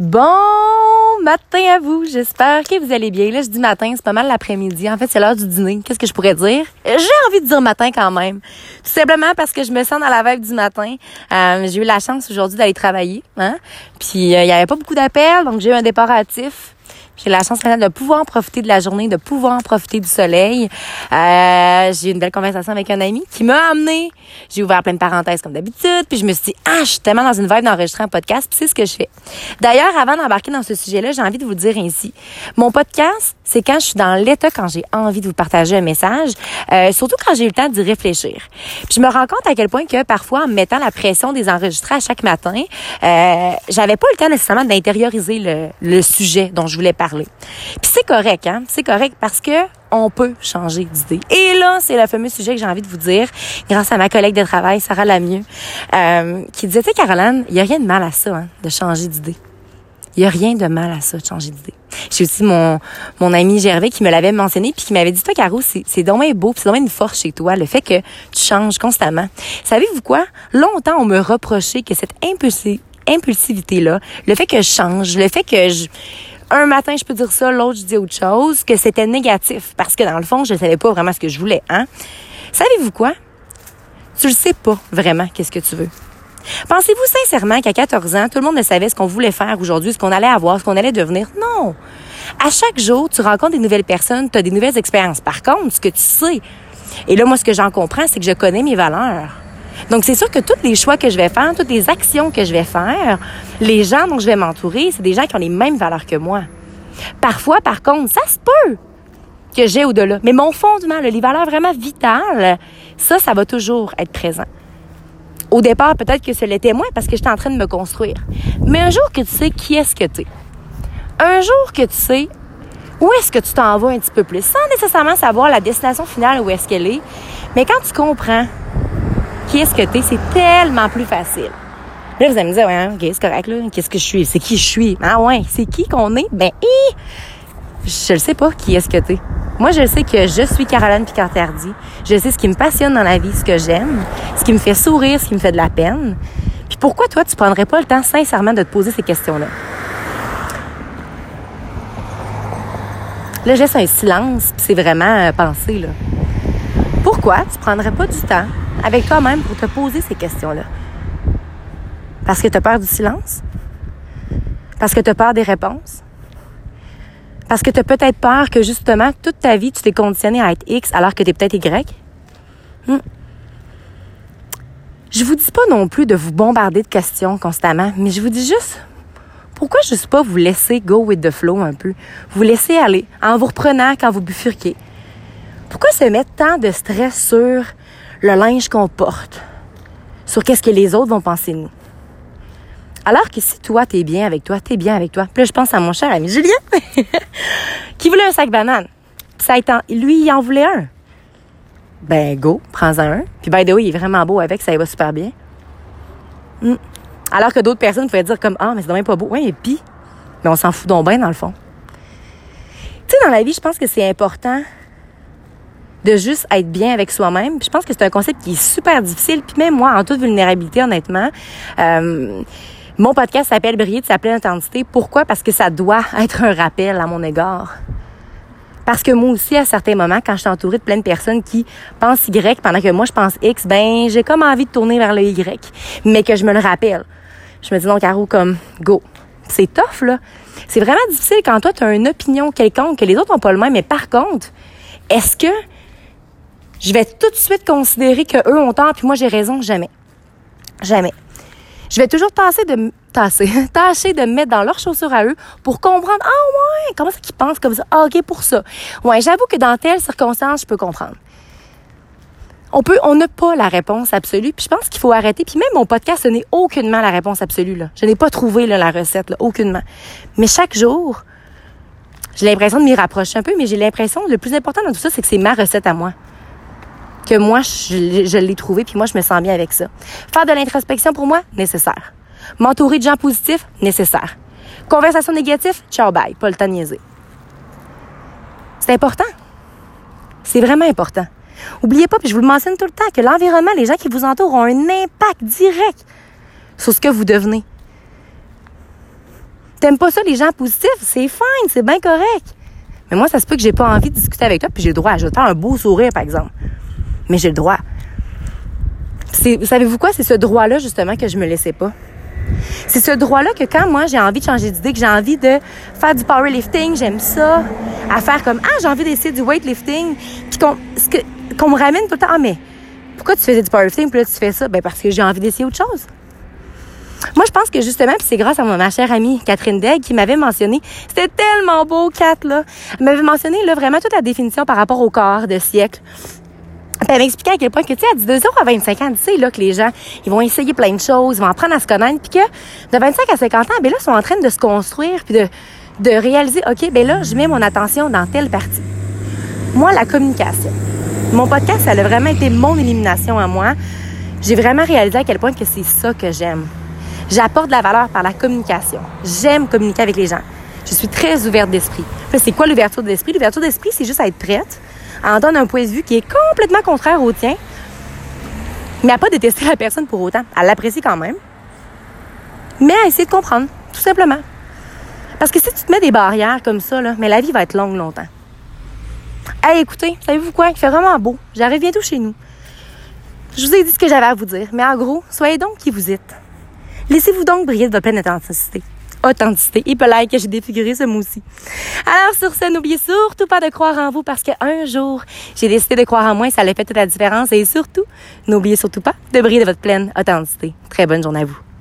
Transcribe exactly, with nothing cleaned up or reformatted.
Bon matin à vous, j'espère que vous allez bien. Là, je dis matin, c'est pas mal l'après-midi. En fait, c'est l'heure du dîner. Qu'est-ce que je pourrais dire? J'ai envie de dire matin quand même. Tout simplement parce que je me sens dans la vibe du matin. Euh, j'ai eu la chance aujourd'hui d'aller travailler. Hein? Puis, euh, il y avait pas beaucoup d'appels, donc j'ai eu un départ hâtif. J'ai la chance maintenant de pouvoir profiter de la journée, de pouvoir profiter du soleil. Euh, j'ai eu une belle conversation avec un ami qui m'a amené. J'ai ouvert plein de parenthèses comme d'habitude. Puis je me suis dit, ah, je suis tellement dans une vibe d'enregistrer un podcast. Puis c'est ce que je fais. D'ailleurs, avant d'embarquer dans ce sujet-là, j'ai envie de vous le dire ainsi. Mon podcast, c'est quand je suis dans l'état, quand j'ai envie de vous partager un message. Euh, surtout quand j'ai eu le temps d'y réfléchir. Puis je me rends compte à quel point que parfois, en me mettant la pression des enregistrés à chaque matin, euh, j'avais pas le temps nécessairement d'intérioriser le, le sujet dont je voulais parler. Puis c'est correct, hein? C'est correct parce que on peut changer d'idée. Et là, c'est le fameux sujet que j'ai envie de vous dire, grâce à ma collègue de travail, Sarah Lamieux, euh, qui disait, tu sais, Caroline, il y a rien de mal à ça, hein, de changer d'idée. Il y a rien de mal à ça, de changer d'idée. J'ai aussi mon mon ami Gervais qui me l'avait mentionné puis qui m'avait dit, toi, Caro, c'est, c'est donc bien beau, puis c'est donc bien une force chez toi, le fait que tu changes constamment. Savez-vous quoi? Longtemps, on me reprochait que cette impulsi- impulsivité-là, le fait que je change, le fait que je... Un matin, je peux dire ça, l'autre, je dis autre chose, que c'était négatif. Parce que dans le fond, je ne savais pas vraiment ce que je voulais, hein. Savez-vous quoi? Tu le sais pas vraiment qu'est-ce que tu veux. Pensez-vous sincèrement qu'à quatorze ans, tout le monde ne savait ce qu'on voulait faire aujourd'hui, ce qu'on allait avoir, ce qu'on allait devenir? Non! À chaque jour, tu rencontres des nouvelles personnes, tu as des nouvelles expériences. Par contre, ce que tu sais, et là, moi, ce que j'en comprends, c'est que je connais mes valeurs. Donc, c'est sûr que tous les choix que je vais faire, toutes les actions que je vais faire, les gens dont je vais m'entourer, c'est des gens qui ont les mêmes valeurs que moi. Parfois, par contre, ça se peut que j'ai au-delà. Mais mon fondement, là, les valeurs vraiment vitales, ça, ça va toujours être présent. Au départ, peut-être que ce l'était moins parce que j'étais en train de me construire. Mais un jour que tu sais qui est-ce que tu es, un jour que tu sais où est-ce que tu t'en vas un petit peu plus, sans nécessairement savoir la destination finale où est-ce qu'elle est, mais quand tu comprends qui est-ce que t'es, c'est tellement plus facile. Là, vous allez me dire, ouais, OK, c'est correct, là. Qu'est-ce que je suis? C'est qui je suis? Ah ouais, c'est qui qu'on est? Ben, hi! Je le sais pas qui est-ce que t'es. Moi, je sais que je suis Caroline Picard-Tardy. Je sais ce qui me passionne dans la vie, ce que j'aime, ce qui me fait sourire, ce qui me fait de la peine. Puis pourquoi, toi, tu prendrais pas le temps, sincèrement, de te poser ces questions-là? Là, je laisse un silence, puis c'est vraiment euh, pensé, là. Pourquoi tu prendrais pas du temps avec toi-même pour te poser ces questions-là? Parce que tu as peur du silence? Parce que tu as peur des réponses? Parce que tu as peut-être peur que, justement, toute ta vie, tu t'es conditionné à être X alors que tu es peut-être Y? Hmm. Je vous dis pas non plus de vous bombarder de questions constamment, mais je vous dis juste, pourquoi juste pas vous laisser go with the flow un peu? Vous laisser aller en vous reprenant quand vous bifurquez. Pourquoi se mettre tant de stress sur le linge qu'on porte, sur qu'est-ce que les autres vont penser de nous? Alors que si toi, t'es bien avec toi, t'es bien avec toi. Puis là, je pense à mon cher ami Julien, qui voulait un sac banane. Puis ça étant, lui, il en voulait un. Ben, go, prends-en un. Puis by the way, il est vraiment beau avec, ça y va super bien. Mm. Alors que d'autres personnes pouvaient dire comme, ah, mais c'est vraiment pas beau. Ouais, et puis, mais on s'en fout donc bien, dans le fond. Tu sais, dans la vie, je pense que c'est important de juste être bien avec soi-même. Puis je pense que c'est un concept qui est super difficile. Puis même moi, en toute vulnérabilité, honnêtement, euh, mon podcast s'appelle « Briller de sa pleine authenticité ». Pourquoi? Parce que ça doit être un rappel à mon égard. Parce que moi aussi, à certains moments, quand je suis entourée de plein de personnes qui pensent Y pendant que moi, je pense X, ben j'ai comme envie de tourner vers le Y. Mais que je me le rappelle. Je me dis non, Caro, comme go. C'est tough, là. C'est vraiment difficile quand toi, tu as une opinion quelconque, que les autres n'ont pas le même. Mais par contre, est-ce que je vais tout de suite considérer qu'eux ont tort puis moi, j'ai raison? Jamais. Jamais. Je vais toujours tasser de tasser, tâcher de me mettre dans leurs chaussures à eux pour comprendre, ah ouais, comment c'est qu'ils pensent comme ça? Ah, OK, pour ça. Ouais, j'avoue que dans telle circonstance, je peux comprendre. On peut, on n'a pas la réponse absolue, puis je pense qu'il faut arrêter. Puis même mon podcast, ce n'est aucunement la réponse absolue, là. Je n'ai pas trouvé, là, la recette, là, aucunement. Mais chaque jour, j'ai l'impression de m'y rapprocher un peu, mais j'ai l'impression, le plus important dans tout ça, c'est que c'est ma recette à moi. Que moi, je, je l'ai trouvée, puis moi, je me sens bien avec ça. Faire de l'introspection, pour moi, nécessaire. M'entourer de gens positifs, nécessaire. Conversation négative, ciao, bye. Pas le temps de niaiser. C'est important. C'est vraiment important. Oubliez pas, puis je vous le mentionne tout le temps, que l'environnement, les gens qui vous entourent ont un impact direct sur ce que vous devenez. T'aimes pas ça, les gens positifs? C'est fine, c'est bien correct. Mais moi, ça se peut que j'ai pas envie de discuter avec toi, puis j'ai le droit. Je vais te faire un beau sourire, par exemple. Mais j'ai le droit. C'est, savez-vous quoi? C'est ce droit-là, justement, que je me laissais pas. C'est ce droit-là que quand moi, j'ai envie de changer d'idée, que j'ai envie de faire du powerlifting, j'aime ça, à faire comme, ah, j'ai envie d'essayer du weightlifting, puis qu'on, ce que, qu'on me ramène tout le temps, ah, mais pourquoi tu faisais du powerlifting, puis là, tu fais ça? Ben, parce que j'ai envie d'essayer autre chose. Moi, je pense que justement, puis c'est grâce à ma chère amie Catherine Degg qui m'avait mentionné, c'était tellement beau, Kat, là. Elle m'avait mentionné, là, vraiment toute la définition par rapport au corps de siècle. Puis elle m'expliquait à quel point que, tu sais, elle dit de zéro à vingt-cinq ans, tu sais, là, que les gens, ils vont essayer plein de choses, ils vont apprendre à se connaître, puis que de vingt-cinq à cinquante ans, ben là, ils sont en train de se construire, puis de, de réaliser, OK, ben là, je mets mon attention dans telle partie. Moi, la communication. Mon podcast, ça a vraiment été mon élimination à moi. J'ai vraiment réalisé à quel point que c'est ça que j'aime. J'apporte de la valeur par la communication. J'aime communiquer avec les gens. Je suis très ouverte d'esprit. Puis c'est quoi l'ouverture d'esprit? L'ouverture d'esprit, c'est juste à être prête à entendre un point de vue qui est complètement contraire au tien, mais à pas détester la personne pour autant. À l'apprécier quand même, mais à essayer de comprendre, tout simplement. Parce que si tu te mets des barrières comme ça, là, mais la vie va être longue longtemps. Hey, écoutez, savez-vous quoi? Il fait vraiment beau. J'arrive bientôt chez nous. Je vous ai dit ce que j'avais à vous dire, mais en gros, soyez donc qui vous êtes. Laissez-vous donc briller de votre pleine authenticité. Authenticité. Et peut-être que j'ai défiguré ce mot-ci. Alors, sur ce, n'oubliez surtout pas de croire en vous parce qu'un jour, j'ai décidé de croire en moi et ça a fait toute la différence. Et surtout, n'oubliez surtout pas de briller de votre pleine authenticité. Très bonne journée à vous.